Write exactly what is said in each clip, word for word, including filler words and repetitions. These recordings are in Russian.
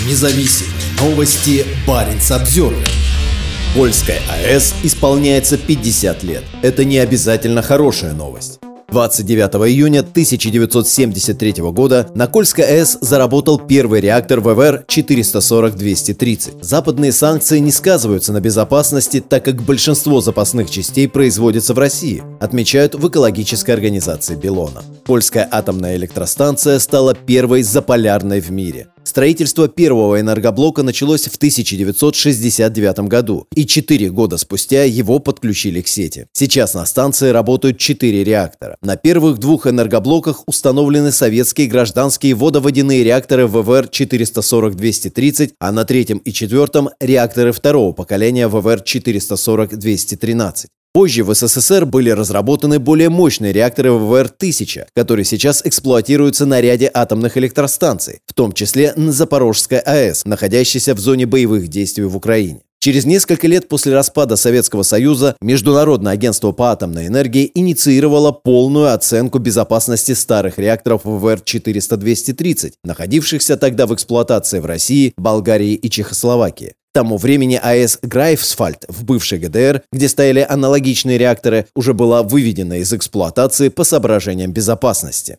Независимые новости. Баренц-Обзервер. Польской АЭС исполняется пятьдесят лет. Это не обязательно хорошая новость. двадцать девятого июня тысяча девятьсот семьдесят третьего года на Кольской АЭС заработал первый реактор ВВР четыреста сорок двести тридцать. Западные санкции не сказываются на безопасности, так как большинство запасных частей производится в России, отмечают в экологической организации Белона. Польская атомная электростанция стала первой заполярной в мире. Строительство первого энергоблока началось в тысяча девятьсот шестьдесят девятом году, и четыре года спустя его подключили к сети. Сейчас на станции работают четыре реактора. На первых двух энергоблоках установлены советские гражданские водоводяные реакторы ВВР четыреста сорок двести тридцать, а на третьем и четвертом – реакторы второго поколения ВВР четыреста сорок двести тринадцать. Позже в СССР были разработаны более мощные реакторы ВВР тысяча, которые сейчас эксплуатируются на ряде атомных электростанций, в том числе на Запорожской АЭС, находящейся в зоне боевых действий в Украине. Через несколько лет после распада Советского Союза Международное агентство по атомной энергии инициировало полную оценку безопасности старых реакторов ВВР четыреста двести тридцать, находившихся тогда в эксплуатации в России, Болгарии и Чехословакии. К тому времени АЭС Грайфсвальд в бывшей ГДР, где стояли аналогичные реакторы, уже была выведена из эксплуатации по соображениям безопасности.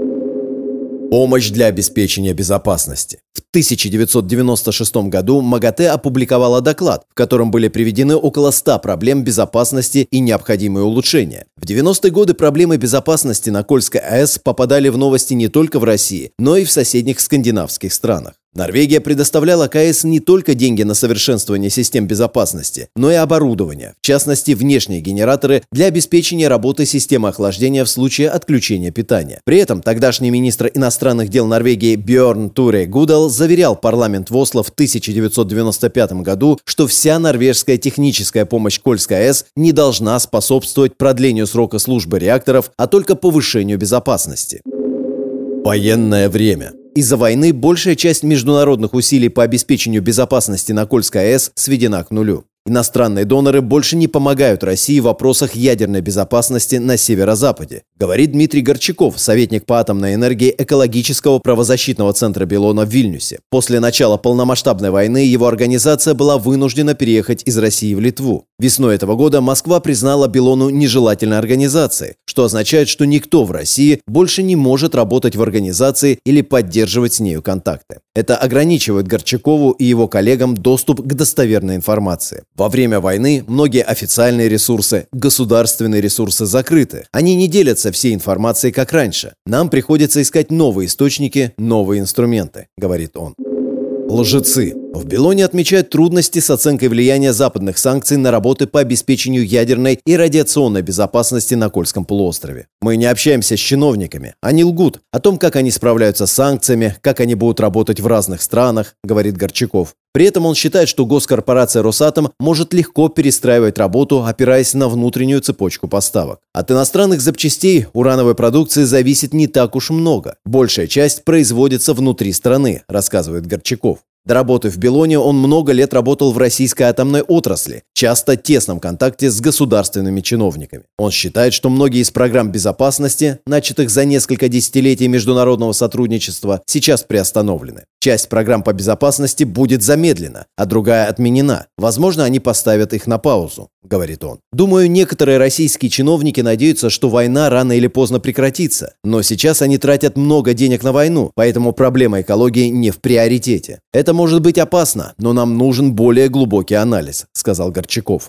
Помощь для обеспечения безопасности. В тысяча девятьсот девяносто шестом году МАГАТЭ опубликовала доклад, в котором были приведены около ста проблем безопасности и необходимые улучшения. В девяностые годы проблемы безопасности на Кольской АЭС попадали в новости не только в России, но и в соседних скандинавских странах. Норвегия предоставляла КАЭС не только деньги на совершенствование систем безопасности, но и оборудование, в частности внешние генераторы для обеспечения работы системы охлаждения в случае отключения питания. При этом тогдашний министр иностранных дел Норвегии Бьорн Туре Гудал заверял парламент в Осло в тысяча девятьсот девяносто пятом году, что вся норвежская техническая помощь Кольской АЭС не должна способствовать продлению срока службы реакторов, а только повышению безопасности. Военное время. Из-за войны большая часть международных усилий по обеспечению безопасности на Кольской АЭС сведена к нулю. Иностранные доноры больше не помогают России в вопросах ядерной безопасности на северо-западе, говорит Дмитрий Горчаков, советник по атомной энергии экологического правозащитного центра Белона в Вильнюсе. После начала полномасштабной войны его организация была вынуждена переехать из России в Литву. Весной этого года Москва признала Белону нежелательной организацией, что означает, что никто в России больше не может работать в организации или поддерживать с нею контакты. Это ограничивает Горчакову и его коллегам доступ к достоверной информации. Во время войны многие официальные ресурсы, государственные ресурсы закрыты. Они не делятся всей информацией, как раньше. Нам приходится искать новые источники, новые инструменты, говорит он. Лжецы. В Белоне отмечают трудности с оценкой влияния западных санкций на работы по обеспечению ядерной и радиационной безопасности на Кольском полуострове. Мы не общаемся с чиновниками. Они лгут о том, как они справляются с санкциями, как они будут работать в разных странах, говорит Горчаков. При этом он считает, что госкорпорация «Росатом» может легко перестраивать работу, опираясь на внутреннюю цепочку поставок. От иностранных запчастей урановой продукции зависит не так уж много. Большая часть производится внутри страны, рассказывает Горчаков. До работы в Белоне он много лет работал в российской атомной отрасли, часто в тесном контакте с государственными чиновниками. Он считает, что многие из программ безопасности, начатых за несколько десятилетий международного сотрудничества, сейчас приостановлены. Часть программ по безопасности будет замедлена, а другая отменена. Возможно, они поставят их на паузу, говорит он. Думаю, некоторые российские чиновники надеются, что война рано или поздно прекратится. Но сейчас они тратят много денег на войну, поэтому проблема экологии не в приоритете. Это может быть опасно, но нам нужен более глубокий анализ, сказал Горчаков.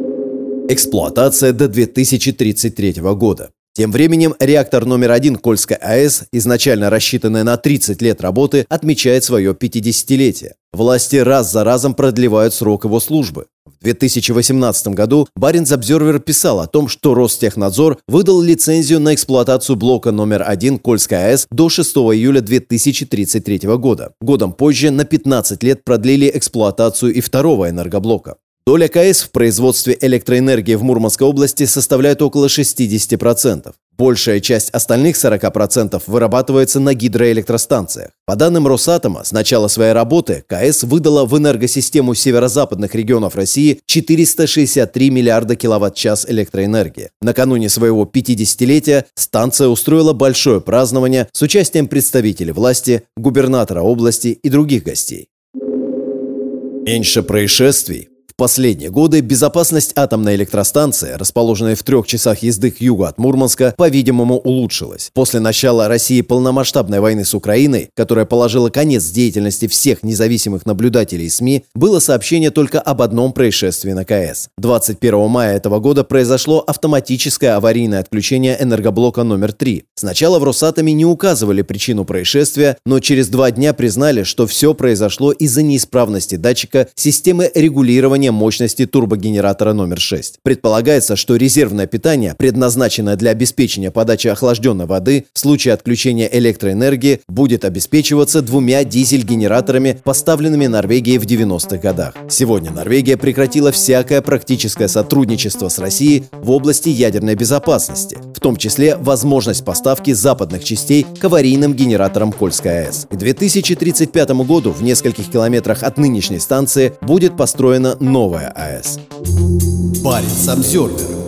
Эксплуатация до две тысячи тридцать третьего года. Тем временем реактор номер один Кольской АЭС, изначально рассчитанный на тридцать лет работы, отмечает свое пятидесятилетие. Власти раз за разом продлевают срок его службы. В две тысячи восемнадцатом году Баренц-Обзервер писал о том, что Ростехнадзор выдал лицензию на эксплуатацию блока номер один Кольской АЭС до шестого июля две тысячи тридцать третьего года. Годом позже на пятнадцать лет продлили эксплуатацию и второго энергоблока. Доля КАЭС в производстве электроэнергии в Мурманской области составляет около шестьдесят процентов. Большая часть остальных сорока процентов вырабатывается на гидроэлектростанциях. По данным Росатома, с начала своей работы КАЭС выдала в энергосистему северо-западных регионов России четыреста шестьдесят три миллиарда киловатт-час электроэнергии. Накануне своего пятидесятилетия станция устроила большое празднование с участием представителей власти, губернатора области и других гостей. Меньше происшествий. В последние годы безопасность атомной электростанции, расположенной в трех часах езды к югу от Мурманска, по-видимому, улучшилась. После начала России полномасштабной войны с Украиной, которая положила конец деятельности всех независимых наблюдателей СМИ, было сообщение только об одном происшествии на КАЭС. двадцать первого мая этого года произошло автоматическое аварийное отключение энергоблока номер три. Сначала в Росатоме не указывали причину происшествия, но через два дня признали, что все произошло из-за неисправности датчика системы регулирования мощности турбогенератора номер шесть. Предполагается, что резервное питание, предназначенное для обеспечения подачи охлажденной воды, в случае отключения электроэнергии будет обеспечиваться двумя дизель-генераторами, поставленными Норвегией в девяностых годах. Сегодня Норвегия прекратила всякое практическое сотрудничество с Россией в области ядерной безопасности, в том числе возможность поставки западных частей к аварийным генераторам Кольской АЭС. К две тысячи тридцать пятому году в нескольких километрах от нынешней станции будет построена новая АЭС. Баренц-Обзервер.